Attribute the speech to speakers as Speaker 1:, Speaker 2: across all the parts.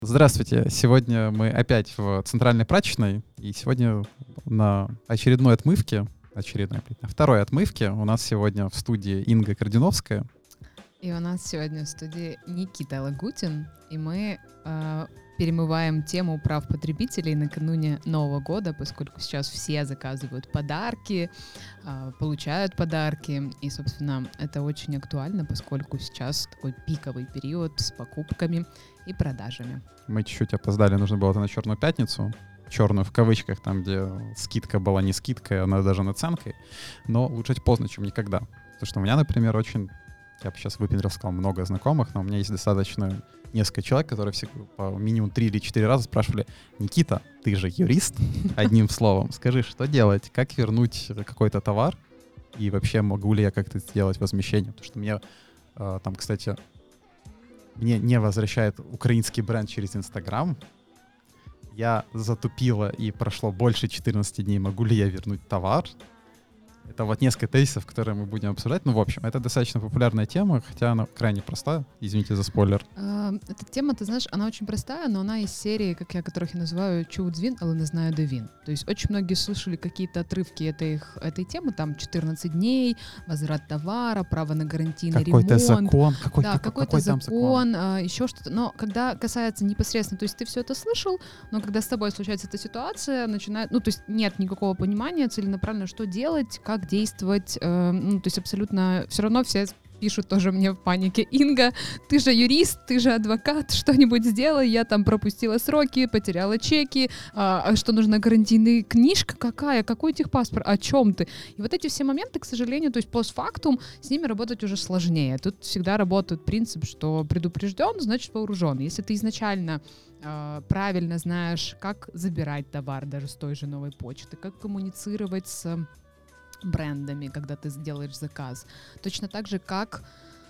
Speaker 1: Здравствуйте. Сегодня мы опять в центральной прачечной, и сегодня на очередной отмывке, второй отмывке у нас сегодня в студии Инга Кардиновская.
Speaker 2: И у нас сегодня в студии Никита Лагутин, и мы перемываем тему прав потребителей накануне Нового года, поскольку сейчас все заказывают подарки, получают подарки, и, собственно, это очень актуально, поскольку сейчас такой пиковый период с покупками и продажами.
Speaker 1: Мы чуть-чуть опоздали, нужно было это на Черную пятницу, черную в кавычках, там, где скидка была не скидкой, она даже наценкой, но лучше поздно, чем никогда. Потому что у меня, например, я бы сейчас выпендрил, сказал, много знакомых, но у меня есть достаточно несколько человек, которые все по минимум 3 или 4 раза спрашивали: Никита, ты же юрист, одним словом, скажи, что делать, как вернуть какой-то товар, и вообще могу ли я как-то сделать возмещение, потому что мне там, кстати, мне не возвращает украинский бренд через Инстаграм, я затупила и прошло больше 14 дней, могу ли я вернуть товар? Это вот несколько тезисов, которые мы будем обсуждать. Ну, в общем, это достаточно популярная тема, хотя она крайне простая. Извините за спойлер.
Speaker 2: Эта тема, ты знаешь, она очень простая, но она из серии, которых я называю «Чув дзвін, але не знаю, де він». То есть очень многие слышали какие-то отрывки этой темы, там 14 дней, возврат товара, право на гарантийный
Speaker 1: какой-то
Speaker 2: ремонт.
Speaker 1: Закон,
Speaker 2: какой-то закон, еще что-то. Но когда касается непосредственно, то есть ты все это слышал, но когда с тобой случается эта ситуация, то есть нет никакого понимания целенаправленно, что делать, как действовать, то есть абсолютно все равно все пишут тоже мне в панике: Инга, ты же юрист, ты же адвокат, что-нибудь сделай, я там пропустила сроки, потеряла чеки, что нужна гарантийная книжка какой техпаспорт, о чем ты? И вот эти все моменты, к сожалению, то есть постфактум, с ними работать уже сложнее. Тут всегда работает принцип, что предупрежден, значит вооружен. Если ты изначально правильно знаешь, как забирать товар даже с той же новой почты, как коммуницировать с брендами, когда ты сделаешь заказ. Точно так же, как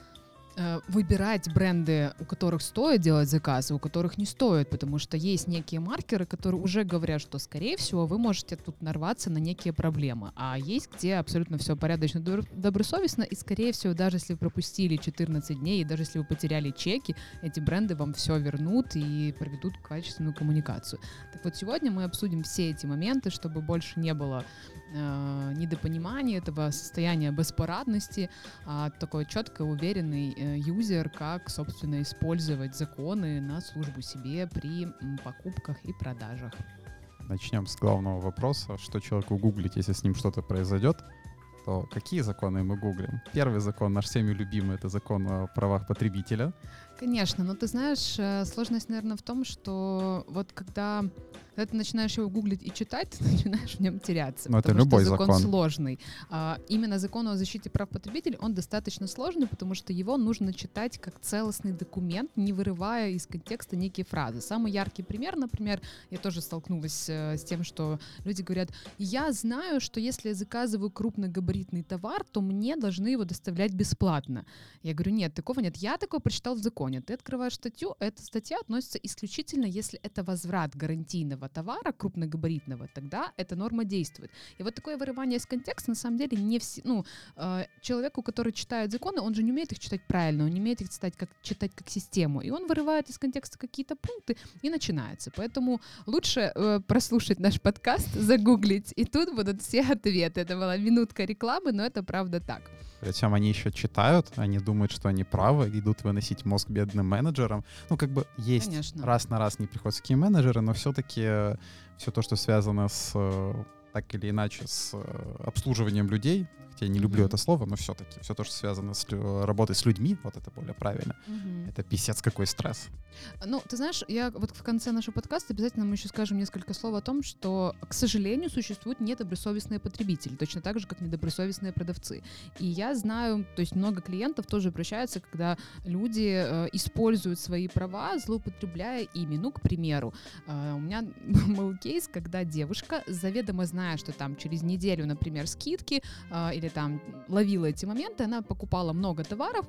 Speaker 2: выбирать бренды, у которых стоит делать заказ, и у которых не стоит, потому что есть некие маркеры, которые уже говорят, что, скорее всего, вы можете тут нарваться на некие проблемы, а есть, где абсолютно все порядочно, добросовестно, и, скорее всего, даже если вы пропустили 14 дней, и даже если вы потеряли чеки, эти бренды вам все вернут и проведут качественную коммуникацию. Так вот, сегодня мы обсудим все эти моменты, чтобы больше не было недопонимания, этого состояния беспорадности, а такой четко уверенный юзер, как, собственно, использовать законы на службу себе при покупках и продажах.
Speaker 1: Начнем с главного вопроса: что человеку гуглить, если с ним что-то произойдет, то какие законы мы гуглим? Первый закон, наш всеми любимый, это закон о правах потребителя.
Speaker 2: Конечно, но ты знаешь, сложность, наверное, в том, что вот когда ты начинаешь его гуглить и читать, ты начинаешь в нем теряться.
Speaker 1: Но это
Speaker 2: потому
Speaker 1: любой
Speaker 2: что закон
Speaker 1: закон
Speaker 2: сложный. Именно закон о защите прав потребителей, он достаточно сложный, потому что его нужно читать как целостный документ, не вырывая из контекста некие фразы. Самый яркий пример, например, я тоже столкнулась с тем, что люди говорят: я знаю, что если я заказываю крупногабаритный товар, то мне должны его доставлять бесплатно. Я говорю: нет, такого нет. Я такое прочитал в законе. Ты открываешь статью, эта статья относится исключительно, если это возврат гарантийного товара крупногабаритного, тогда эта норма действует. И вот такое вырывание из контекста, на самом деле, не все, человеку, который читает законы, он же не умеет их читать правильно, он не умеет их читать как систему, и он вырывает из контекста какие-то пункты, и начинается. Поэтому лучше прослушать наш подкаст, загуглить, и тут будут все ответы. Это была минутка рекламы, но это правда так.
Speaker 1: Причем они еще читают, они думают, что они правы, идут выносить мозг бедным менеджерам. Есть,
Speaker 2: конечно,
Speaker 1: раз на раз не приходят такие менеджеры, но все-таки все то, что связано с, так или иначе, с обслуживанием людей, хотя я не люблю это слово, но все-таки все то, что связано с работой с людьми, вот это более правильно, это писец какой стресс.
Speaker 2: Ну, ты знаешь, я вот в конце нашего подкаста обязательно мы еще скажем несколько слов о том, что, к сожалению, существуют недобросовестные потребители, точно так же, как недобросовестные продавцы. И я знаю, то есть много клиентов тоже обращаются, когда люди используют свои права, злоупотребляя ими. Ну, к примеру, у меня был кейс, когда девушка, заведомо зная, что там через неделю, например, скидки, или там ловила эти моменты, она покупала много товаров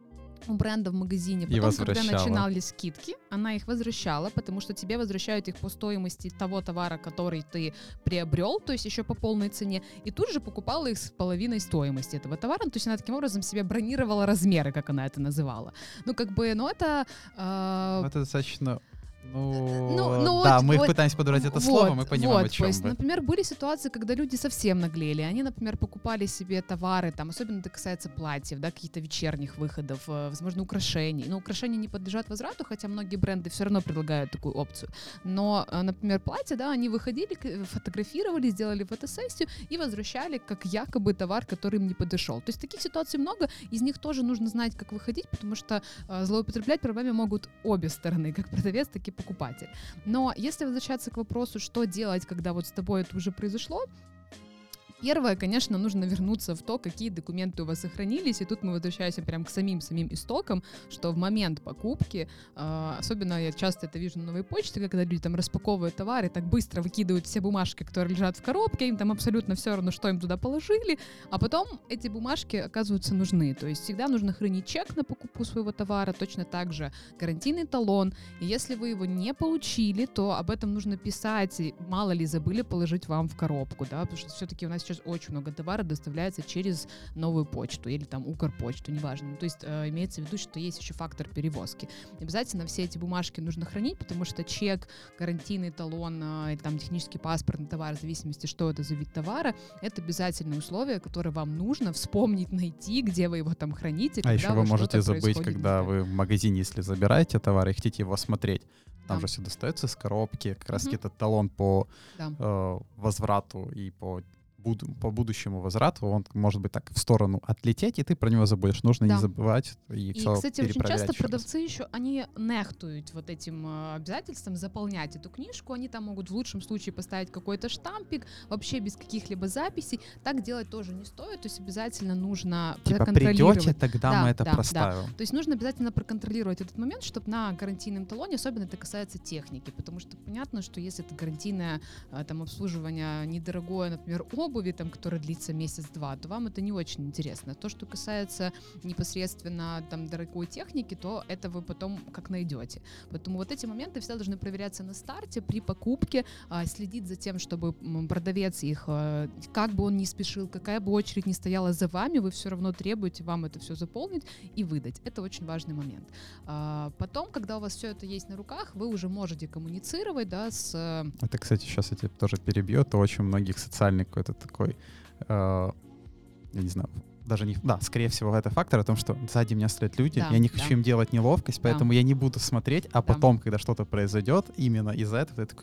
Speaker 2: у бренда в магазине. Потом, когда начинались скидки, она их возвращала, потому что тебе возвращают их по стоимости того товара, который ты приобрел, то есть еще по полной цене, и тут же покупала их с половиной стоимости этого товара. То есть она таким образом себе бронировала размеры, как она это называла. Это
Speaker 1: достаточно Да, мы пытаемся подобрать это слово, мы понимаем, о чем
Speaker 2: то есть,
Speaker 1: вы.
Speaker 2: например, были ситуации, когда люди совсем наглели. Они, например, покупали себе товары, там, особенно это касается платьев, да, каких-то вечерних выходов, возможно, украшений. Но украшения не подлежат возврату, хотя многие бренды все равно предлагают такую опцию. Но, например, платья, да, они выходили, фотографировали, сделали фотосессию и возвращали как якобы товар, который им не подошел. То есть таких ситуаций много, из них тоже нужно знать, как выходить, потому что злоупотреблять правами могут обе стороны, как продавец, так и покупатель. Но если возвращаться к вопросу, что делать, когда вот с тобой это уже произошло, первое, конечно, нужно вернуться в то, какие документы у вас сохранились, и тут мы возвращаемся прям к самим истокам, что в момент покупки, особенно я часто это вижу на новой почте, когда люди там распаковывают товары, так быстро выкидывают все бумажки, которые лежат в коробке, им там абсолютно все равно, что им туда положили, а потом эти бумажки оказываются нужны, то есть всегда нужно хранить чек на покупку своего товара, точно так же гарантийный талон, и если вы его не получили, то об этом нужно писать, и мало ли забыли положить вам в коробку, да, потому что все-таки у нас сейчас очень много товара доставляется через новую почту или там Укрпочту, неважно. То есть имеется в виду, что есть еще фактор перевозки. Обязательно все эти бумажки нужно хранить, потому что чек, гарантийный талон или там технический паспорт на товар, в зависимости, что это за вид товара, это обязательные условия, которые вам нужно вспомнить, найти, где вы его там храните.
Speaker 1: А еще вы можете забыть, когда вы в магазине, если забираете товар и хотите его осмотреть, там же все достается из коробки, как раз этот талон по возврату и по будущему возврату, он может быть так в сторону отлететь, и ты про него забудешь. Нужно не забывать и все перепроверять.
Speaker 2: Кстати, очень часто продавцы еще, они нехтуют вот этим обязательством заполнять эту книжку, они там могут в лучшем случае поставить какой-то штампик, вообще без каких-либо записей. Так делать тоже не стоит, то есть обязательно нужно проконтролировать.
Speaker 1: Придете, тогда мы это проставим.
Speaker 2: То есть нужно обязательно проконтролировать этот момент, чтобы на гарантийном талоне, особенно это касается техники, потому что понятно, что если это гарантийное там обслуживание недорогое, например, обуви, там, которая длится месяц-два, то вам это не очень интересно. То, что касается непосредственно там дорогой техники, то это вы потом как найдете. Поэтому вот эти моменты всегда должны проверяться на старте, при покупке, следить за тем, чтобы продавец их, как бы он ни спешил, какая бы очередь ни стояла за вами, вы все равно требуете вам это все заполнить и выдать. Это очень важный момент. Потом, когда у вас все это есть на руках, вы уже можете коммуницировать, да, с...
Speaker 1: Это, кстати, сейчас я тебя тоже перебью, это очень многих социальный какой-то такой, я не знаю, даже не... Да, скорее всего, это фактор о том, что сзади меня стоят люди, я не хочу им делать неловкость, поэтому я не буду смотреть, а потом, когда что-то произойдет, именно из-за этого я такой,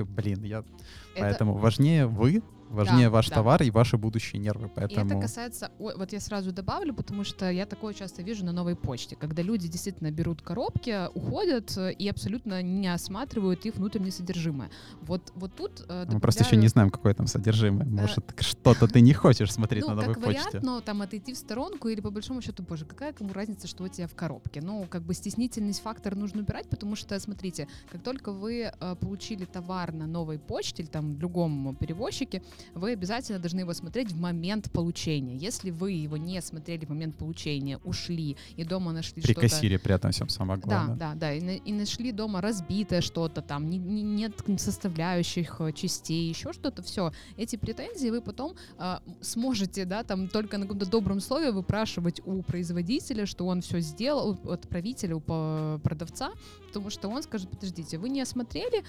Speaker 1: Поэтому важнее вы, важнее ваш товар и ваши будущие нервы. Поэтому...
Speaker 2: И это касается... Вот я сразу добавлю, потому что я такое часто вижу на новой почте, когда люди действительно берут коробки, уходят и абсолютно не осматривают их внутреннее содержимое. Вот тут...
Speaker 1: Мы просто еще не знаем, какое там содержимое. Может, что-то ты не хочешь смотреть на новой почте.
Speaker 2: Как вариант, но там отойти в сторонку или по большому счету, боже, какая кому разница, что у тебя в коробке? Ну, как бы стеснительность фактор нужно убирать, потому что, смотрите, как только вы получили товар на новой почте или там в другом перевозчике, вы обязательно должны его смотреть в момент получения. Если вы его не смотрели в момент получения, ушли и дома нашли что-то...
Speaker 1: Прикосили при этом всем, самое главное.
Speaker 2: Да, и нашли дома разбитое что-то там, нет составляющих частей, еще что-то, все. Эти претензии вы потом сможете, да, там только на каком-то добром слове выпрашивать у производителя, что он все сделал, у отправителя, у продавца, потому что он скажет, подождите, вы не осмотрели,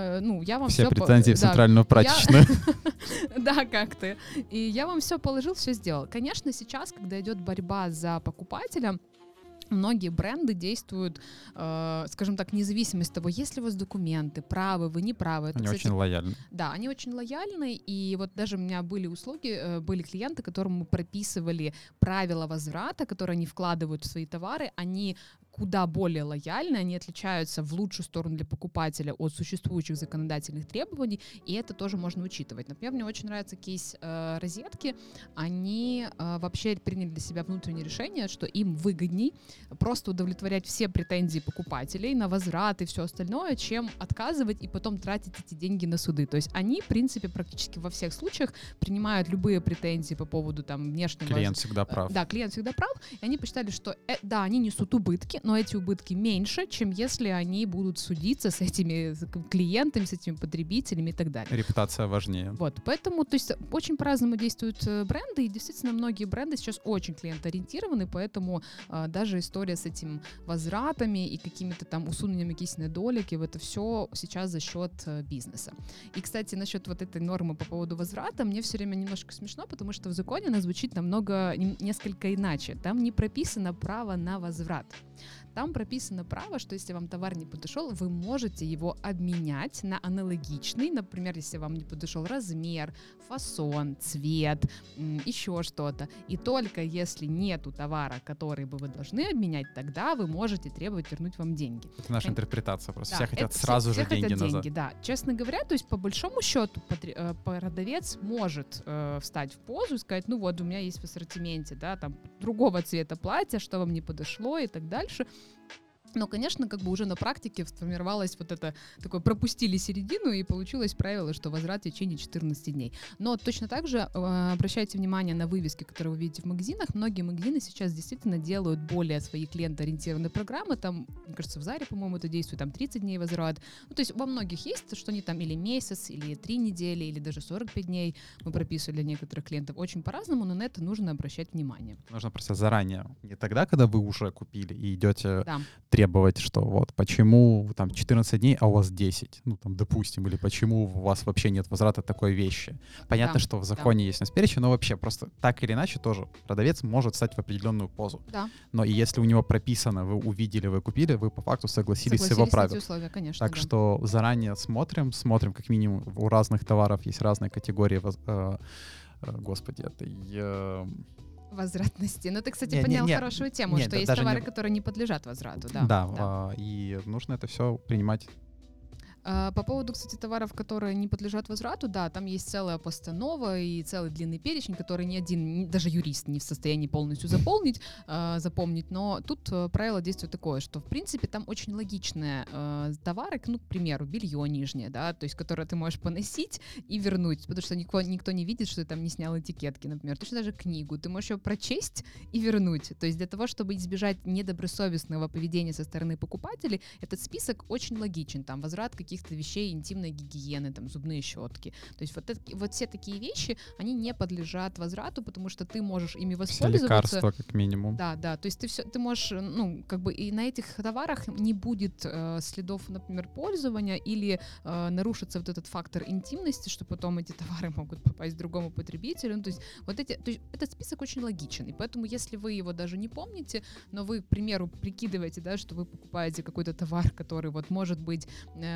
Speaker 2: я вам все...
Speaker 1: Все претензии в центральную прачечную.
Speaker 2: Да, как-то. И я вам все положил, все сделал. Конечно, сейчас, когда идет борьба за покупателя, многие бренды действуют, скажем так, независимо от того, есть ли у вас документы, правы вы, не правы.
Speaker 1: Они очень лояльны.
Speaker 2: Да, они очень лояльны, и вот даже у меня были были клиенты, которым мы прописывали правила возврата, которые они вкладывают в свои товары, они куда более лояльны, они отличаются в лучшую сторону для покупателя от существующих законодательных требований, и это тоже можно учитывать. Например, мне очень нравится кейс розетки. Они вообще приняли для себя внутреннее решение, что им выгодней просто удовлетворять все претензии покупателей на возврат и все остальное, чем отказывать и потом тратить эти деньги на суды. То есть они, в принципе, практически во всех случаях принимают любые претензии по поводу там внешнего...
Speaker 1: Клиент всегда прав.
Speaker 2: Да, клиент всегда прав, и они посчитали, что да, они несут убытки, но эти убытки меньше, чем если они будут судиться с этими клиентами, с этими потребителями и так далее.
Speaker 1: Репутация важнее.
Speaker 2: Вот, поэтому, то есть очень по-разному действуют бренды, и действительно многие бренды сейчас очень клиентоориентированы, поэтому даже история с этим возвратами и какими-то там усунениями кисельной долики, это все сейчас за счет бизнеса. И, кстати, насчет вот этой нормы по поводу возврата, мне все время немножко смешно, потому что в законе она звучит несколько иначе. Там не прописано право на возврат. Там прописано право, что если вам товар не подошел, вы можете его обменять на аналогичный, например, если вам не подошел размер, фасон, цвет, еще что-то. И только если нету товара, который бы вы должны обменять, тогда вы можете требовать вернуть вам деньги.
Speaker 1: Это наша интерпретация просто.
Speaker 2: Да,
Speaker 1: все хотят сразу же деньги назад.
Speaker 2: Да, честно говоря, то есть по большому счету продавец может встать в позу и сказать, ну вот у меня есть в ассортименте, да, там другого цвета платья, что вам не подошло и так дальше. Но, конечно, как бы уже на практике сформировалось вот это, такое пропустили середину, и получилось правило, что возврат в течение 14 дней. Но точно так же обращайте внимание на вывески, которые вы видите в магазинах. Многие магазины сейчас действительно делают более свои клиентоориентированные программы. Там, мне кажется, в Заре, по-моему, это действует, там 30 дней возврат. Ну, то есть во многих есть, что они там или месяц, или 3 недели, или даже 45 дней мы прописывали для некоторых клиентов. Очень по-разному, но на это нужно обращать внимание.
Speaker 1: Нужно просто заранее. Не тогда, когда вы уже купили и идете требовать, что вот почему там 14 дней, а у вас 10, ну там допустим, или почему у вас вообще нет возврата такой вещи. Понятно, что в законе есть перечень, но вообще просто так или иначе тоже продавец может встать в определенную позу.
Speaker 2: Да.
Speaker 1: Но и если у него прописано, вы увидели, вы купили, вы по факту согласились с его правилами.
Speaker 2: Условия, конечно,
Speaker 1: так что заранее смотрим как минимум у разных товаров есть разные категории
Speaker 2: возвратности. Но ты, кстати, поднял хорошую тему, что есть товары, которые не подлежат возврату.
Speaker 1: Да, и нужно это все принимать.
Speaker 2: По поводу, кстати, товаров, которые не подлежат возврату, да, там есть целая постанова и целый длинный перечень, который ни один, даже юрист не в состоянии полностью запомнить, но тут правило действует такое, что, в принципе, там очень логичные товары, ну, к примеру, белье нижнее, да, то есть, которое ты можешь поносить и вернуть, потому что никто не видит, что ты там не снял этикетки, например, точно даже книгу, ты можешь ее прочесть и вернуть, то есть для того, чтобы избежать недобросовестного поведения со стороны покупателей, этот список очень логичен, там, возврат каких-то вещей интимной гигиены, там, зубные щетки. То есть вот все такие вещи, они не подлежат возврату, потому что ты можешь ими воспользоваться.
Speaker 1: Все лекарства, как минимум.
Speaker 2: Да, то есть ты можешь, ну, как бы и на этих товарах не будет следов, например, пользования или нарушится вот этот фактор интимности, что потом эти товары могут попасть другому потребителю. Ну, то есть этот список очень логичен, и поэтому если вы его даже не помните, но вы, к примеру, прикидываете, да, что вы покупаете какой-то товар, который вот может быть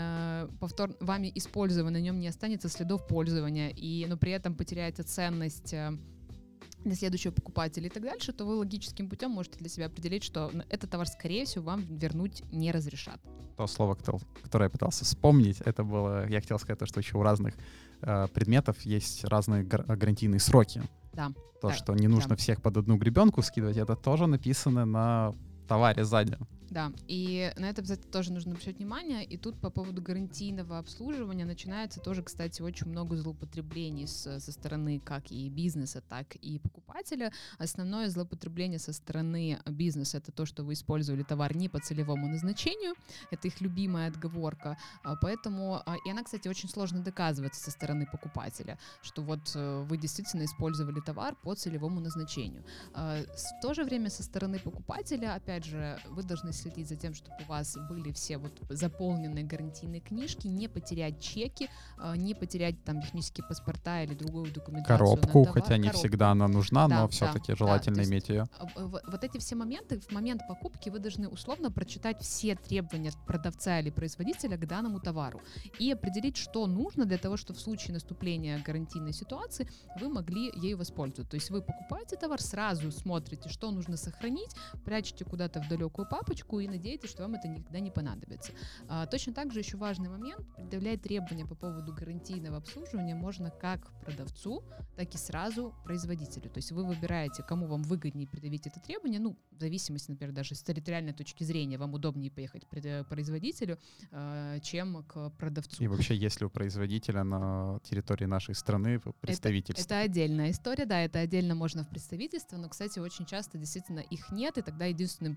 Speaker 2: вами использован, на нем не останется следов пользования, но при этом потеряете ценность для следующего покупателя и так дальше, то вы логическим путем можете для себя определить, что этот товар, скорее всего, вам вернуть не разрешат.
Speaker 1: То слово, которое я пытался вспомнить, это было, я хотел сказать, что еще у разных предметов есть разные гарантийные сроки.
Speaker 2: Да.
Speaker 1: Что не нужно всех под одну гребенку скидывать, это тоже написано на товаре сзади.
Speaker 2: Да, и на это обязательно тоже нужно обращать внимание. И тут по поводу гарантийного обслуживания начинается тоже, кстати, очень много злоупотреблений со стороны как и бизнеса, так и покупателя. Основное злоупотребление со стороны бизнеса — это то, что вы использовали товар не по целевому назначению. Это их любимая отговорка. Поэтому, и она, кстати, очень сложно доказывается со стороны покупателя, что вот вы действительно использовали товар по целевому назначению. В то же время со стороны покупателя, опять же, вы должны следить за тем, чтобы у вас были все вот заполненные гарантийные книжки, не потерять чеки, не потерять там технические паспорта или другую документацию.
Speaker 1: Коробку, хотя не всегда она нужна, но все-таки желательно иметь ее.
Speaker 2: Вот эти все моменты, в момент покупки вы должны условно прочитать все требования продавца или производителя к данному товару и определить, что нужно для того, чтобы в случае наступления гарантийной ситуации вы могли ею воспользоваться. То есть вы покупаете товар, сразу смотрите, что нужно сохранить, прячете куда-то в далекую папочку и надеетесь, что вам это никогда не понадобится. Точно так же еще важный момент: предъявлять требования по поводу гарантийного обслуживания можно как продавцу, так и сразу производителю. То есть вы выбираете, кому вам выгоднее предъявить это требование, ну, в зависимости, например, даже с территориальной точки зрения, вам удобнее поехать к производителю, чем к продавцу.
Speaker 1: И вообще, если у производителя на территории нашей страны представительство.
Speaker 2: Это отдельная история, да, это отдельно можно в представительство, но, кстати, очень часто действительно их нет, и тогда единственным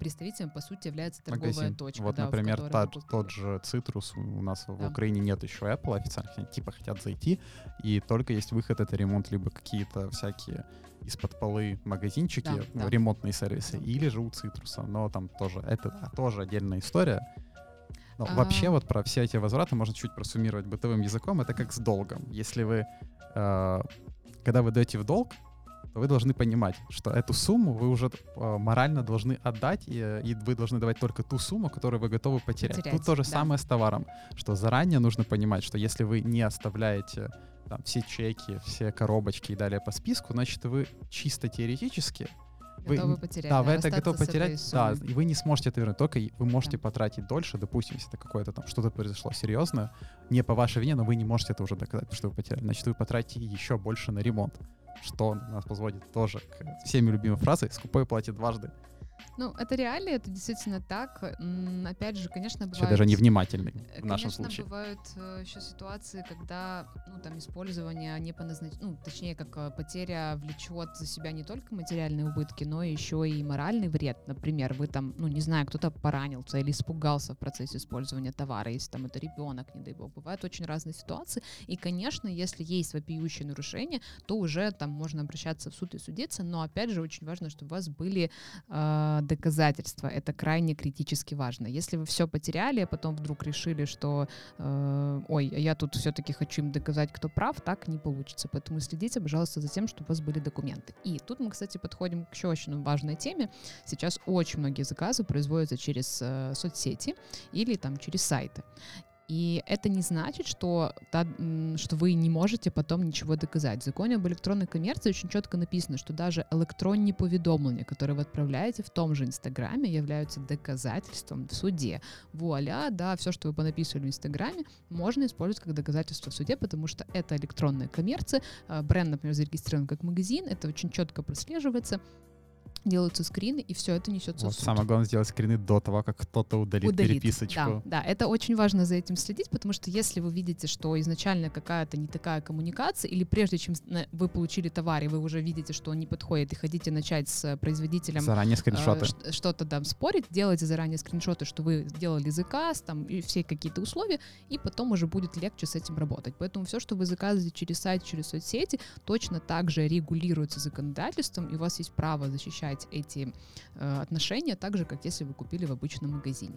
Speaker 2: представителем, по сути, является торговая
Speaker 1: магазин.
Speaker 2: точка.
Speaker 1: Вот,
Speaker 2: да,
Speaker 1: например, тот же Citrus, у нас в Украине нет еще Apple официально, они типа хотят зайти, и только есть выход — это ремонт, либо какие-то всякие из-под полы магазинчики, ремонтные сервисы, или же у Citrus, но там тоже, это тоже отдельная история. Но вообще вот про все эти возвраты можно чуть просуммировать бытовым языком, это как с долгом. Если вы, когда вы даете в долг, то вы должны понимать, что эту сумму вы уже морально должны отдать, и вы должны давать только ту сумму, которую вы готовы потерять. Тут то же самое с товаром, что заранее нужно понимать, что если вы не оставляете там все чеки, все коробочки и далее по списку, значит, вы чисто теоретически
Speaker 2: готовы потерять.
Speaker 1: Да, вы это готовы потерять, да, и вы не сможете это вернуть, только вы можете потратить дольше, допустим, если это какое-то там что-то произошло серьезное, не по вашей вине, но вы не можете это уже доказать, что вы потеряли, значит, вы потратите еще больше на ремонт, что нас позводит тоже к всеми любимой фразе «скупой платит дважды».
Speaker 2: Ну, это реально, это действительно так. Опять же, конечно, бывают...
Speaker 1: Еще даже невнимательный в нашем
Speaker 2: Конечно,
Speaker 1: случае.
Speaker 2: бывают еще ситуации, когда, там, использование не по назначению, точнее, как потеря влечет за себя не только материальные убытки, но еще и моральный вред. Например, вы там, не знаю, кто-то поранился или испугался в процессе использования товара, если там это ребенок, не дай бог. Бывают очень разные ситуации. И, конечно, если есть вопиющее нарушение, то уже там можно обращаться в суд и судиться, но, опять же, очень важно, чтобы у вас были доказательства. Это крайне критически важно. Если вы все потеряли, а потом вдруг решили, что я тут все-таки хочу им доказать, кто прав, так не получится. Поэтому следите, пожалуйста, за тем, чтобы у вас были документы. И тут мы, кстати, подходим к еще очень важной теме. Сейчас очень многие заказы производятся через соцсети или там через сайты. И это не значит, что вы не можете потом ничего доказать. В законе об электронной коммерции очень четко написано, что даже электронные поведомления, которые вы отправляете в том же Инстаграме, являются доказательством в суде. Вуаля, да, все, что вы понаписывали в Инстаграме, можно использовать как доказательство в суде, потому что это электронная коммерция. Бренд, например, зарегистрирован как магазин, это очень четко прослеживается. Делаются скрины, и все это несется в суд.
Speaker 1: Самое главное сделать скрины до того, как кто-то удалит переписочку.
Speaker 2: Да, это очень важно за этим следить, потому что если вы видите, что изначально какая-то не такая коммуникация, или прежде чем вы получили товар, и вы уже видите, что он не подходит, и хотите начать с производителем
Speaker 1: заранее скриншоты.
Speaker 2: Что-то там спорить, делайте заранее скриншоты, что вы сделали заказ, там, и все какие-то условия, и потом уже будет легче с этим работать. Поэтому все, что вы заказываете через сайт, через соцсети, точно так же регулируется законодательством, и у вас есть право защищать эти отношения так же, как если вы купили в обычном магазине.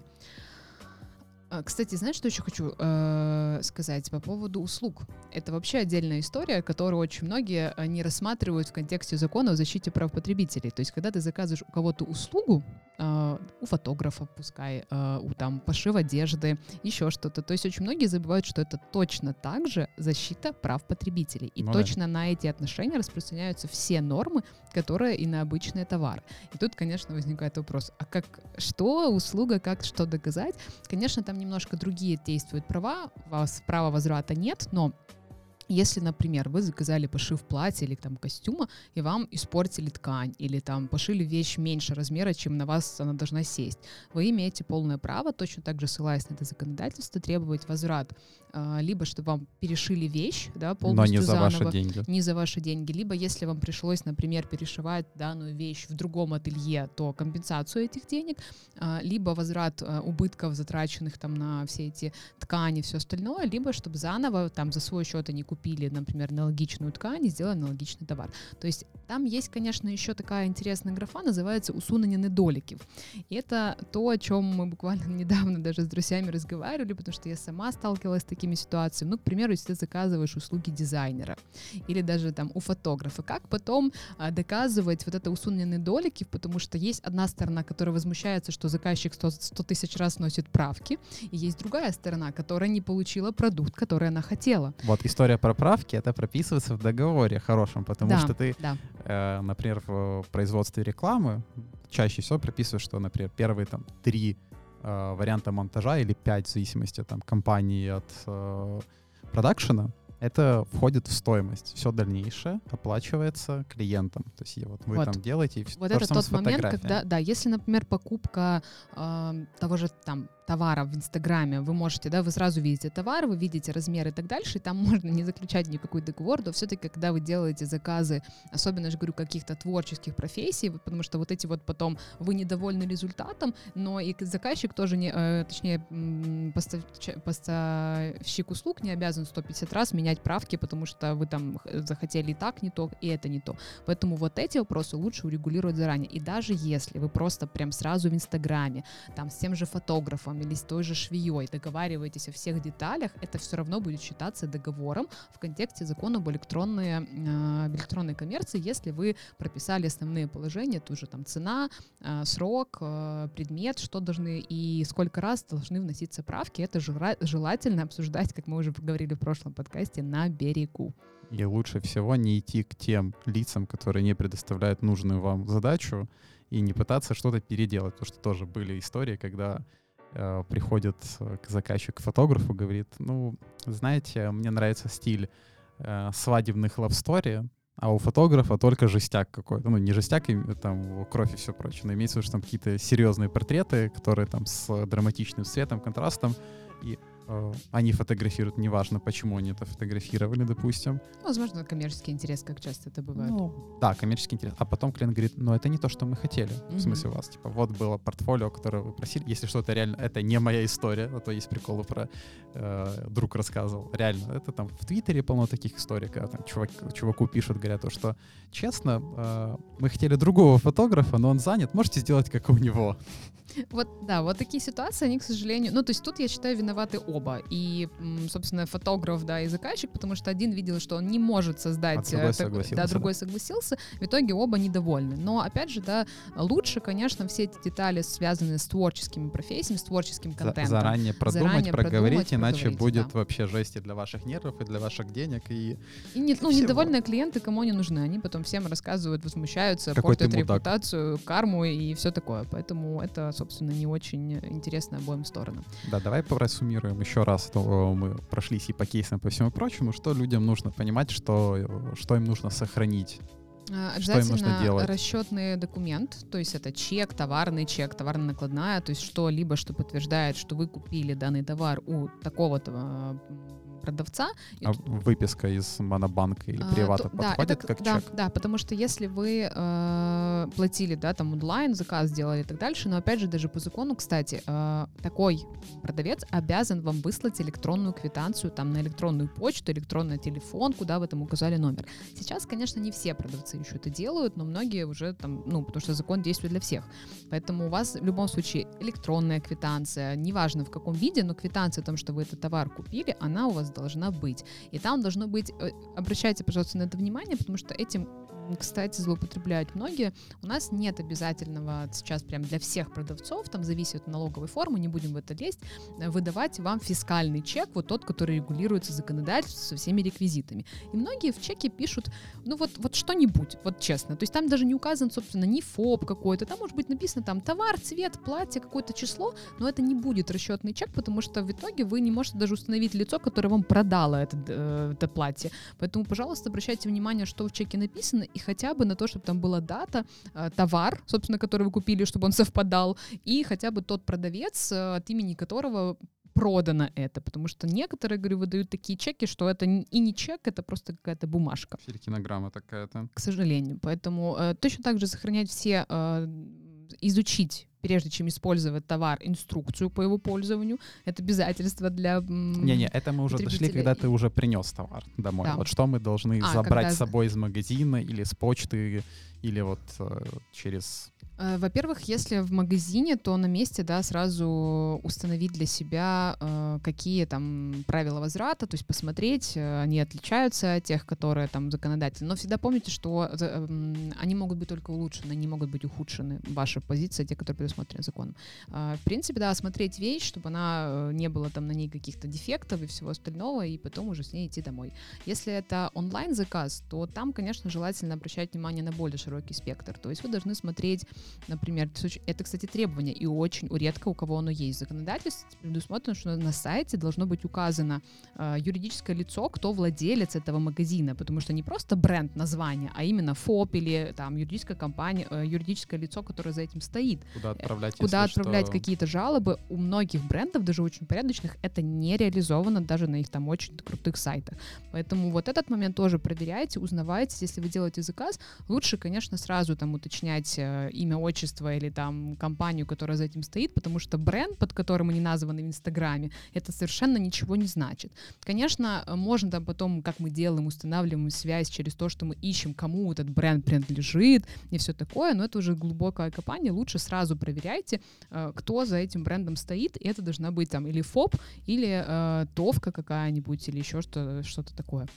Speaker 2: Кстати, знаешь, что еще хочу сказать по поводу услуг? Это вообще отдельная история, которую очень многие не рассматривают в контексте закона о защите прав потребителей. То есть, когда ты заказываешь у кого-то услугу, у фотографа, пускай, у там пошива одежды, еще что-то. То есть очень многие забывают, что это точно так же защита прав потребителей. И точно на эти отношения распространяются все нормы, которые и на обычные товары. И тут, конечно, возникает вопрос, что услуга, как что доказать? Конечно, там немножко другие действуют права, у вас права возврата нет, но если, например, вы заказали пошив платья или там костюма, и вам испортили ткань, или там пошили вещь меньше размера, чем на вас она должна сесть, вы имеете полное право, точно так же ссылаясь на это законодательство, требовать возврат, либо чтобы вам перешили вещь, да, полностью заново.
Speaker 1: Но не за ваши деньги.
Speaker 2: Не за ваши деньги. Либо если вам пришлось, например, перешивать данную вещь в другом ателье, то компенсацию этих денег, либо возврат убытков, затраченных там на все эти ткани, все остальное, либо чтобы заново там за свой счет они купили, например, аналогичную ткань и сделали аналогичный товар. То есть там есть, конечно, еще такая интересная графа, называется «усунення недоліків». И это то, о чем мы буквально недавно даже с друзьями разговаривали, потому что я сама сталкивалась с такими ситуациями. Ну, к примеру, если ты заказываешь услуги дизайнера или даже там у фотографа, как потом доказывать вот это усунення недоліків, потому что есть одна сторона, которая возмущается, что заказчик 100 тысяч раз носит правки, и есть другая сторона, которая не получила продукт, который она хотела.
Speaker 1: Вот история про правки, это прописывается в договоре хорошем, потому что ты, например, в производстве рекламы чаще всего прописываешь, что, например, первые там 3 варианта монтажа или 5, в зависимости от компании, от продакшена, это входит в стоимость. Все дальнейшее оплачивается клиентам. То есть вы там делаете, и
Speaker 2: вот
Speaker 1: то
Speaker 2: это
Speaker 1: же самое
Speaker 2: тот момент, когда, если, например, покупка того же там товара в Инстаграме, вы можете, да, вы сразу видите товар, вы видите размер и так дальше, и там можно не заключать никакой договор, но все-таки, когда вы делаете заказы, особенно, я же говорю, каких-то творческих профессий, потому что вот эти вот потом вы недовольны результатом, но и заказчик тоже, точнее, поставщик услуг не обязан 150 раз менять правки, потому что вы там захотели и так не то, и это не то. Поэтому вот эти вопросы лучше урегулировать заранее. И даже если вы просто прям сразу в Инстаграме, там, с тем же фотографом или с той же швеей договариваетесь о всех деталях, это все равно будет считаться договором в контексте закона об электронной коммерции, если вы прописали основные положения, тоже там цена, срок, предмет, что должны и сколько раз должны вноситься правки. Это желательно обсуждать, как мы уже поговорили в прошлом подкасте, на берегу.
Speaker 1: И лучше всего не идти к тем лицам, которые не предоставляют нужную вам задачу, и не пытаться что-то переделать, потому что тоже были истории, когда приходит заказчик к фотографу, говорит, ну, знаете, мне нравится стиль свадебных лав-стори, а у фотографа только жестяк какой-то. Ну, не жестяк, там, кровь и все прочее, но имеется в виду, что там какие-то серьезные портреты, которые там с драматичным цветом, контрастом, и они фотографируют, неважно, почему они это фотографировали, допустим.
Speaker 2: Возможно, коммерческий интерес, как часто это бывает.
Speaker 1: Ну, да, коммерческий интерес. А потом клиент говорит, ну, это не то, что мы хотели. В смысле у вас, типа, вот было портфолио, которое вы просили. Если что-то реально, это не моя история, а то есть приколы про друг рассказывал. Реально, это там в Твиттере полно таких историй, когда там чуваку пишут, говорят, то, что честно, мы хотели другого фотографа, но он занят, можете сделать, как у него.
Speaker 2: Вот, да, вот такие ситуации, они, к сожалению... Ну, то есть тут, я считаю, виноваты оба. И, собственно, фотограф, да, и заказчик, потому что один видел, что он не может создать... другой согласился. В итоге оба недовольны. Но, опять же, да, лучше, конечно, все эти детали, связанные с творческими профессиями, с творческим контентом.
Speaker 1: Заранее продумать, проговорить, иначе будет вообще жесть и для ваших нервов, и для ваших денег, и
Speaker 2: недовольные клиенты кому не нужны. Они потом всем рассказывают, возмущаются, портят репутацию, карму и все такое. Поэтому это, собственно, не очень интересно обоим сторонам.
Speaker 1: Да, давай просуммируем еще раз. Мы прошлись и по кейсам, и по всему прочему. Что людям нужно понимать, что им нужно сохранить?
Speaker 2: Обязательно расчетный документ, то есть это чек, товарная накладная, то есть что-либо, что подтверждает, что вы купили данный товар у такого-то продавца.
Speaker 1: А выписка из Монобанка или Привата подходит как чек?
Speaker 2: Да, потому что если вы платили, да, там онлайн, заказ сделали и так дальше, но опять же даже по закону, кстати, такой продавец обязан вам выслать электронную квитанцию там на электронную почту, электронный телефон, куда вы там указали номер. Сейчас, конечно, не все продавцы еще это делают, но многие уже там, потому что закон действует для всех. Поэтому у вас в любом случае электронная квитанция, неважно в каком виде, но квитанция о том, что вы этот товар купили, она у вас должна быть. И там должно быть, обращайте, пожалуйста, на это внимание, потому что этим, кстати, злоупотребляют многие. У нас нет обязательного сейчас прям для всех продавцов, там зависит от налоговой формы, не будем в это лезть, выдавать вам фискальный чек, вот тот, который регулируется законодательством со всеми реквизитами. И многие в чеке пишут, вот что-нибудь, вот честно. То есть там даже не указан, собственно, ни ФОП какой-то, там может быть написано там товар, цвет, платье, какое-то число, но это не будет расчетный чек, потому что в итоге вы не можете даже установить лицо, которое вам продало это платье. Поэтому, пожалуйста, обращайте внимание, что в чеке написано, и хотя бы на то, чтобы там была дата, товар, собственно, который вы купили, чтобы он совпадал, и хотя бы тот продавец, от имени которого продано это, потому что некоторые, говорю, выдают такие чеки, что это и не чек, это просто какая-то бумажка.
Speaker 1: Кинограмма такая-то.
Speaker 2: К сожалению. Поэтому точно так же сохранять все, изучить, прежде чем использовать товар, инструкцию по его пользованию. Это обязательство для
Speaker 1: это мы уже дошли, когда ты уже принес товар домой. Да. Вот что мы должны забрать с собой из магазина или с почты, или вот через...
Speaker 2: Во-первых, если в магазине, то на месте, да, сразу установить для себя, какие там правила возврата, то есть посмотреть, они отличаются от тех, которые там законодательно. Но всегда помните, что они могут быть только улучшены, не могут быть ухудшены. Ваша позиция, те, которые предусмотрены законом. В принципе, да, осмотреть вещь, чтобы она не было там на ней каких-то дефектов и всего остального, и потом уже с ней идти домой. Если это онлайн-заказ, то там, конечно, желательно обращать внимание на более широкий спектр. То есть вы должны смотреть, например, это, кстати, требование, и очень редко у кого оно есть. В законодательстве предусмотрено, что на сайте должно быть указано юридическое лицо, кто владелец этого магазина, потому что не просто бренд названия, а именно ФОП или там юридическая компания, юридическое лицо, которое за этим стоит.
Speaker 1: Куда отправлять,
Speaker 2: куда
Speaker 1: если
Speaker 2: отправлять
Speaker 1: что.
Speaker 2: какие-то жалобы. У многих брендов, даже очень порядочных, это не реализовано даже на их там очень крутых сайтах. Поэтому вот этот момент тоже проверяйте, узнавайте. Если вы делаете заказ, лучше, конечно, сразу там уточнять имя, отчество или там компанию, которая за этим стоит, потому что бренд, под которым они названы в Инстаграме, это совершенно ничего не значит. Конечно, можно там потом, как мы делаем, устанавливаем связь через то, что мы ищем, кому этот бренд принадлежит и все такое, но это уже глубокое копание. Лучше сразу проверяйте, кто за этим брендом стоит, и это должна быть там или ФОП, или ТОВка какая-нибудь, или еще что-то такое.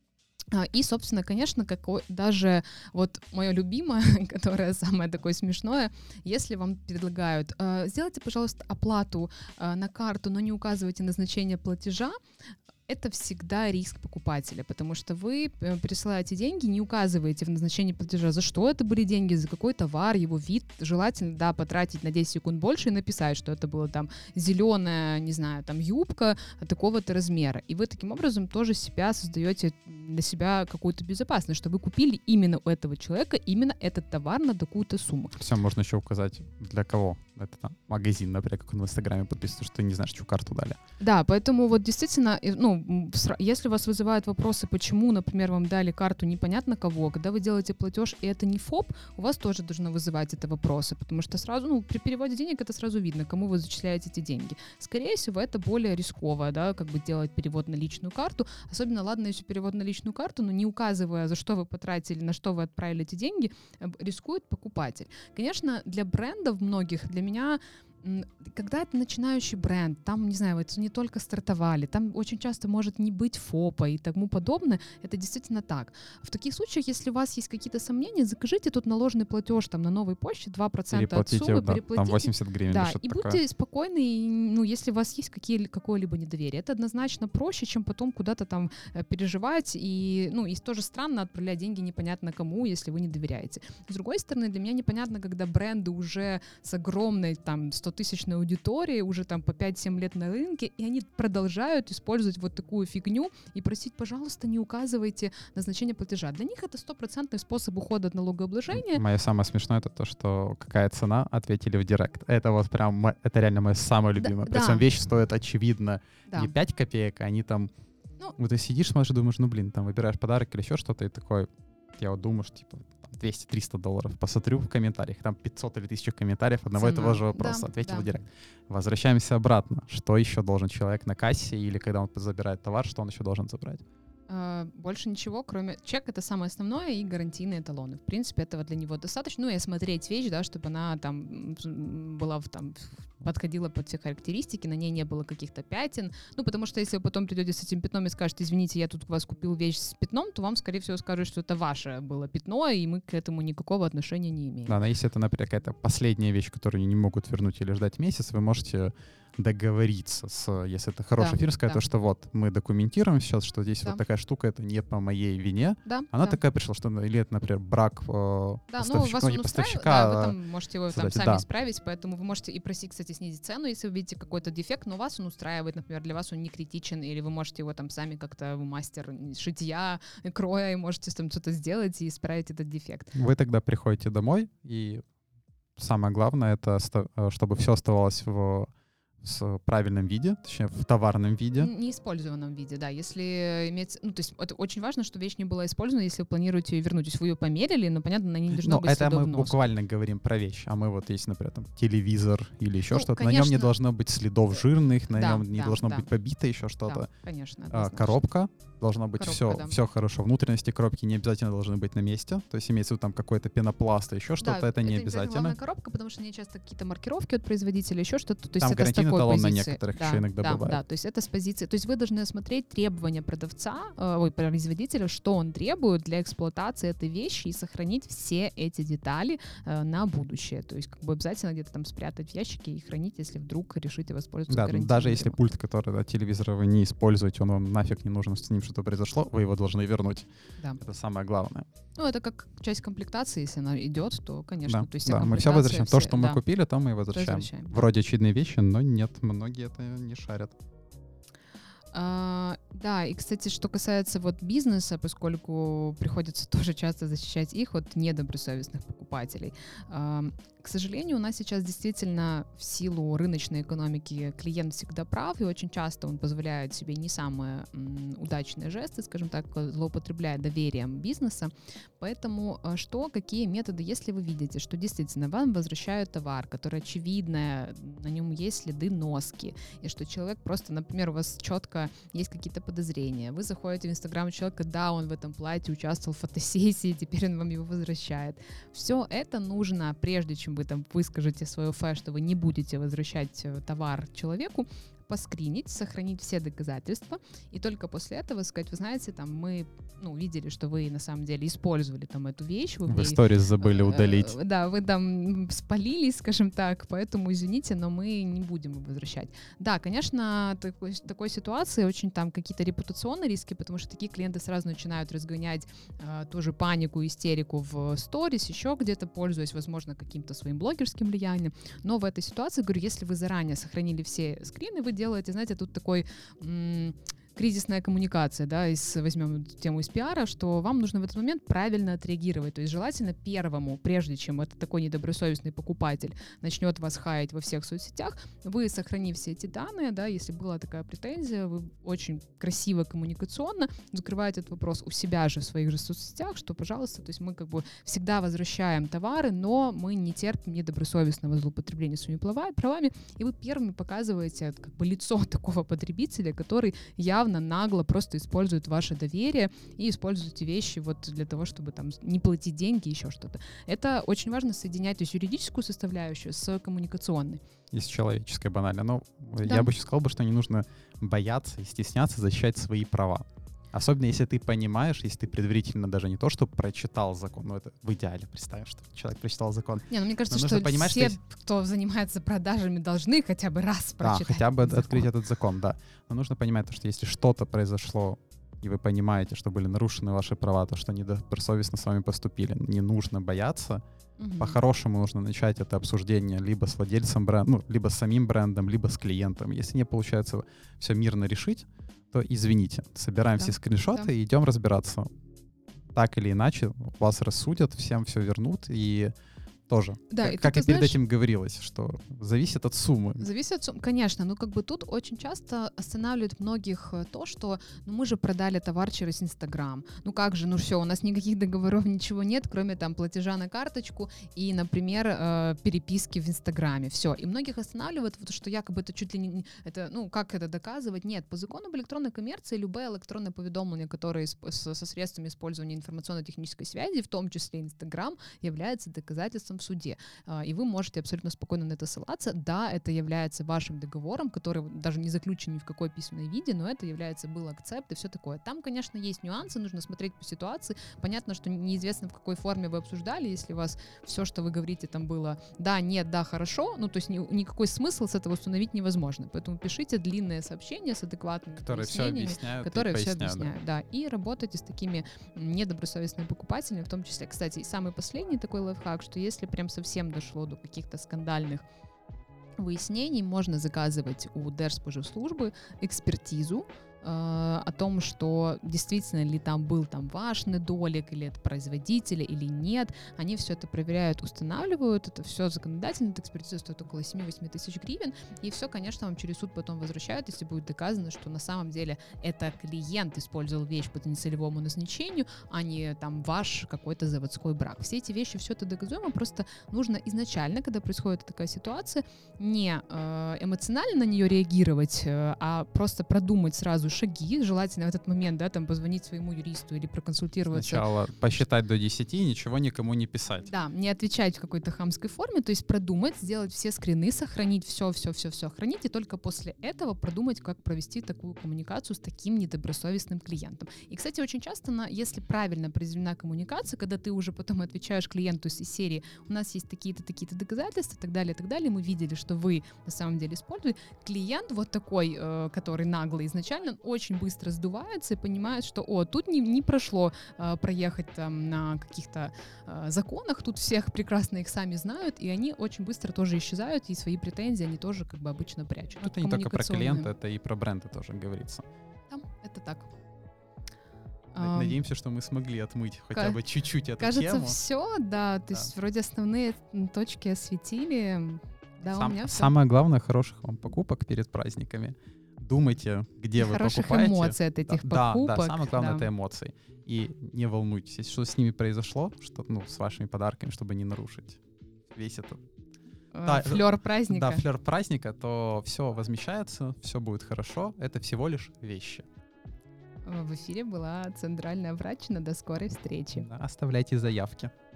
Speaker 2: И, собственно, конечно, даже вот мое любимое, которое самое такое смешное, если вам предлагают, сделайте, пожалуйста, оплату на карту, но не указывайте назначение платежа, это всегда риск покупателя, потому что вы пересылаете деньги, не указываете в назначении платежа, за что это были деньги, за какой товар, его вид. Желательно, да, потратить на 10 секунд больше и написать, что это была там зеленая, не знаю, там юбка такого-то размера. И вы таким образом тоже создаете для себя какую-то безопасность, что вы купили именно у этого человека именно этот товар на такую-то сумму.
Speaker 1: Все, можно еще указать, для кого. Это там магазин, например, как он в Инстаграме подписан, что ты не знаешь, чью карту дали.
Speaker 2: Да, поэтому вот действительно, ну, если вас вызывают вопросы, почему, например, вам дали карту непонятно кого, когда вы делаете платеж, и это не ФОП, у вас тоже должно вызывать это вопросы, потому что сразу, ну, при переводе денег это сразу видно, кому вы зачисляете эти деньги. Скорее всего, это более рисково, да, как бы делать перевод на личную карту, особенно, ладно, если перевод на личную карту, но не указывая, за что вы потратили, на что вы отправили эти деньги, рискует покупатель. Конечно, для брендов многих, для меня, когда это начинающий бренд, там, не знаю, это не только стартовали, там очень часто может не быть ФОПа и тому подобное, это действительно так. В таких случаях, если у вас есть какие-то сомнения, закажите тут наложенный платеж там на новой почте, 2% от суммы,
Speaker 1: да,
Speaker 2: переплатите.
Speaker 1: Там 80 гривен.
Speaker 2: Да, и
Speaker 1: такое.
Speaker 2: будьте спокойны, и, ну, если у вас есть какое-либо недоверие. Это однозначно проще, чем потом куда-то там переживать, и, ну, и тоже странно отправлять деньги непонятно кому, если вы не доверяете. С другой стороны, для меня непонятно, когда бренды уже с огромной там 100-тысячной аудиторией, уже там по 5-7 лет на рынке, и они продолжают использовать вот такую фигню и просить, пожалуйста, не указывайте назначение платежа. Для них это 100% способ ухода от налогообложения.
Speaker 1: Мое самое смешное — это то, что какая цена, ответили в директ. Это вот прям, это реально мое самое любимое.
Speaker 2: Да,
Speaker 1: Причем вещи стоят, очевидно,
Speaker 2: да.
Speaker 1: не 5 копеек, а они там... Ну, вот ты сидишь, смотришь, думаешь, ну, блин, там выбираешь подарок или еще что-то, и такой, я вот думаю, что, типа, $200-300. Посмотрю в комментариях, там 500 или 1000 комментариев одного и того же вопроса. Ответил в директ. Возвращаемся обратно. Что еще должен человек на кассе или когда он забирает товар, что он еще должен забрать?
Speaker 2: Больше ничего, кроме чек, это самое основное, и гарантийные талоны. В принципе, этого для него достаточно. Ну и осмотреть вещь, да, чтобы она там была там подходила под все характеристики, на ней не было каких-то пятен. Ну, потому что если вы потом придете с этим пятном и скажете, извините, я тут у вас купил вещь с пятном, то вам, скорее всего, скажут, что это ваше было пятно, и мы к этому никакого отношения не имеем.
Speaker 1: Да, но если это, например, какая-то последняя вещь, которую они не могут вернуть или ждать месяц, вы можете договориться если это хорошая фирма, сказать, что вот мы документируем сейчас, что здесь вот такая штука, это не по моей вине. Она такая пришла, что или это, например, брак поставщика, не поставщика.
Speaker 2: Да, вы там можете его там сами исправить, поэтому вы можете и просить, кстати, снизить цену, если вы видите какой-то дефект, но вас он устраивает, например, для вас он не критичен, или вы можете его там сами как-то, вы мастер шитья, кроя, и можете там что-то сделать и исправить этот дефект.
Speaker 1: Вы тогда приходите домой, и самое главное, это чтобы все оставалось в правильном виде, точнее, в товарном виде.
Speaker 2: Неиспользованном виде, да. Если иметь... Ну, то есть это очень важно, что вещь не была использована, если вы планируете ее вернуть. То есть вы ее померили, но, понятно, на ней не должно быть следов
Speaker 1: это мы
Speaker 2: вноса.
Speaker 1: буквально говорим про вещь. А мы вот, если, например, там, телевизор или еще что-то, конечно, на нем не должно быть следов жирных, на нем не должно быть побито еще что-то.
Speaker 2: Да, конечно.
Speaker 1: Коробка. Должно быть все хорошо. Внутренности коробки не обязательно должны быть на месте. То есть имеется в виду там какой-то пенопласт, еще что-то, это не обязательно.
Speaker 2: Главная коробка, потому что не часто какие-то маркировки от производителя, еще что-то. То есть
Speaker 1: там
Speaker 2: это с такой
Speaker 1: талон
Speaker 2: позиции.
Speaker 1: На некоторых еще иногда бывает.
Speaker 2: Да, то есть это с позиции. То есть вы должны осмотреть требования производителя, что он требует для эксплуатации этой вещи и сохранить все эти детали на будущее. То есть как бы обязательно где-то там спрятать в ящике и хранить, если вдруг решите воспользоваться гарантийным.
Speaker 1: Даже если пульт, который от телевизора вы не используете, он вам нафиг не нужен, с ним что-то произошло, вы его должны вернуть.
Speaker 2: Да.
Speaker 1: Это самое главное.
Speaker 2: Ну, это как часть комплектации, если она идет, то, конечно.
Speaker 1: Да,
Speaker 2: То есть
Speaker 1: мы все возвращаем. То, что мы купили, то мы и возвращаем. Вроде очевидные вещи, но нет, многие это не шарят.
Speaker 2: Да, и, кстати, что касается вот бизнеса, поскольку приходится тоже часто защищать их от недобросовестных покупателей, к сожалению, у нас сейчас действительно в силу рыночной экономики клиент всегда прав, и очень часто он позволяет себе не самые удачные жесты, скажем так, злоупотребляя доверием бизнеса. Поэтому какие методы, если вы видите, что действительно вам возвращают товар, который очевидно, на нем есть следы носки, и что человек просто, например, у вас четко есть какие-то подозрения, вы заходите в Инстаграм человека, да, он в этом платье участвовал в фотосессии, теперь он вам его возвращает. Все это нужно, прежде чем вы там выскажете свое фэ, что вы не будете возвращать товар человеку, поскринить, сохранить все доказательства, и только после этого сказать, вы знаете, там мы видели, что вы на самом деле использовали там эту вещь.
Speaker 1: Вы сторис забыли удалить.
Speaker 2: Да, вы там спалились, скажем так, поэтому извините, но мы не будем его возвращать. Да, конечно, такой ситуации очень там какие-то репутационные риски, потому что такие клиенты сразу начинают разгонять тоже панику, истерику в сторис, еще где-то, пользуясь, возможно, каким-то своим блогерским влиянием. Но в этой ситуации, говорю, если вы заранее сохранили все скрины, вы делаете, знаете, тут такой кризисная коммуникация, да, возьмем тему из пиара, что вам нужно в этот момент правильно отреагировать, то есть желательно первому, прежде чем это такой недобросовестный покупатель начнет вас хаять во всех соцсетях, вы, сохранив все эти данные, да, если была такая претензия, вы очень красиво коммуникационно закрываете этот вопрос у себя же в своих же соцсетях, что, пожалуйста, то есть мы как бы всегда возвращаем товары, но мы не терпим недобросовестного злоупотребления своими правами, и вы первыми показываете как бы лицо такого потребителя, который явно нагло просто используют ваше доверие и используют вещи вот для того, чтобы там не платить деньги, еще что-то. Это очень важно соединять, то есть юридическую составляющую с коммуникационной.
Speaker 1: И с человеческой банально. Но да. Я бы еще сказал, что не нужно бояться и стесняться защищать свои права. Особенно если ты понимаешь, если ты предварительно даже не то, что прочитал закон, но это в идеале, представим, что человек прочитал закон.
Speaker 2: Мне кажется, что понимать, все, кто занимается продажами, должны хотя бы раз прочитать.
Speaker 1: Да, хотя бы открыть этот закон, да. Но нужно понимать, что если что-то произошло, и вы понимаете, что были нарушены ваши права, то, что недобросовестно с вами поступили, не нужно бояться. По-хорошему нужно начать это обсуждение либо с владельцем бренда, либо с самим брендом, либо с клиентом. Если не получается все мирно решить, то извините, собираем все скриншоты и идем разбираться. Так или иначе, вас рассудят, всем все вернут, и тоже,
Speaker 2: да,
Speaker 1: как и перед этим говорилось, что зависит от суммы.
Speaker 2: Зависит от суммы, конечно, но как бы тут очень часто останавливает многих то, что мы же продали товар через Инстаграм. Ну как же, все, у нас никаких договоров, ничего нет, кроме там платежа на карточку и, например, переписки в Инстаграме. Все. И многих останавливает, что якобы это чуть ли не... Это, как это доказывать? Нет, по закону об электронной коммерции любые электронные поведомления, которые со средствами использования информационно-технической связи, в том числе Инстаграм, являются доказательством в суде. И вы можете абсолютно спокойно на это ссылаться. Да, это является вашим договором, который даже не заключен ни в какой письменной виде, но это является был акцепт и все такое. Там, конечно, есть нюансы, нужно смотреть по ситуации. Понятно, что неизвестно, в какой форме вы обсуждали, если у вас все, что вы говорите, там было да, нет, да, хорошо, то есть никакой смысл с этого установить невозможно. Поэтому пишите длинные сообщения с адекватными пояснениями, которые все объясняют. Да, и работайте с такими недобросовестными покупателями, в том числе. Кстати, и самый последний такой лайфхак, что если прям совсем дошло до каких-то скандальных выяснений, можно заказывать у Держспоживслужбы экспертизу о том, что действительно ли там был ваш недолик, или это производителя, или нет. Они все это проверяют, устанавливают. Это все законодательно. Эта экспертиза стоит около 7-8 тысяч гривен. И все, конечно, вам через суд потом возвращают, если будет доказано, что на самом деле это клиент использовал вещь по нецелевому назначению, а не ваш какой-то заводской брак. Все эти вещи, все это доказуемо. Просто нужно изначально, когда происходит такая ситуация, не эмоционально на нее реагировать, а просто продумать сразу шаги, желательно в этот момент, позвонить своему юристу или проконсультироваться.
Speaker 1: Сначала посчитать до 10 и ничего никому не писать.
Speaker 2: Да, не отвечать в какой-то хамской форме, то есть продумать, сделать все скрины, сохранить все хранить, и только после этого продумать, как провести такую коммуникацию с таким недобросовестным клиентом. И, кстати, очень часто, если правильно произведена коммуникация, когда ты уже потом отвечаешь клиенту из серии, у нас есть такие-то, такие-то доказательства, и так далее, мы видели, что вы на самом деле используете. Клиент вот такой, который наглый изначально, очень быстро сдувается и понимает, что тут не прошло проехать на каких-то законах, тут всех прекрасно их сами знают, и они очень быстро тоже исчезают, и свои претензии они тоже обычно прячут.
Speaker 1: Это не только про клиента, это и про бренды тоже говорится.
Speaker 2: Да. Это так.
Speaker 1: Надеемся, что мы смогли отмыть хотя бы чуть-чуть эту
Speaker 2: кажется,
Speaker 1: тему.
Speaker 2: Кажется, все, да. То есть вроде основные точки осветили. Да, у меня все.
Speaker 1: Самое главное, хороших вам покупок перед праздниками. Думайте, где вы покупаете.
Speaker 2: Хороших эмоций от этих покупок.
Speaker 1: Да, самое главное — это эмоции. И не волнуйтесь, если что с ними произошло, что, с вашими подарками, чтобы не нарушить весь этот...
Speaker 2: флёр праздника.
Speaker 1: Да, флёр праздника, то все возмещается, все будет хорошо. Это всего лишь вещи.
Speaker 2: В эфире была Центральная врачна. До скорой встречи.
Speaker 1: Да, оставляйте заявки.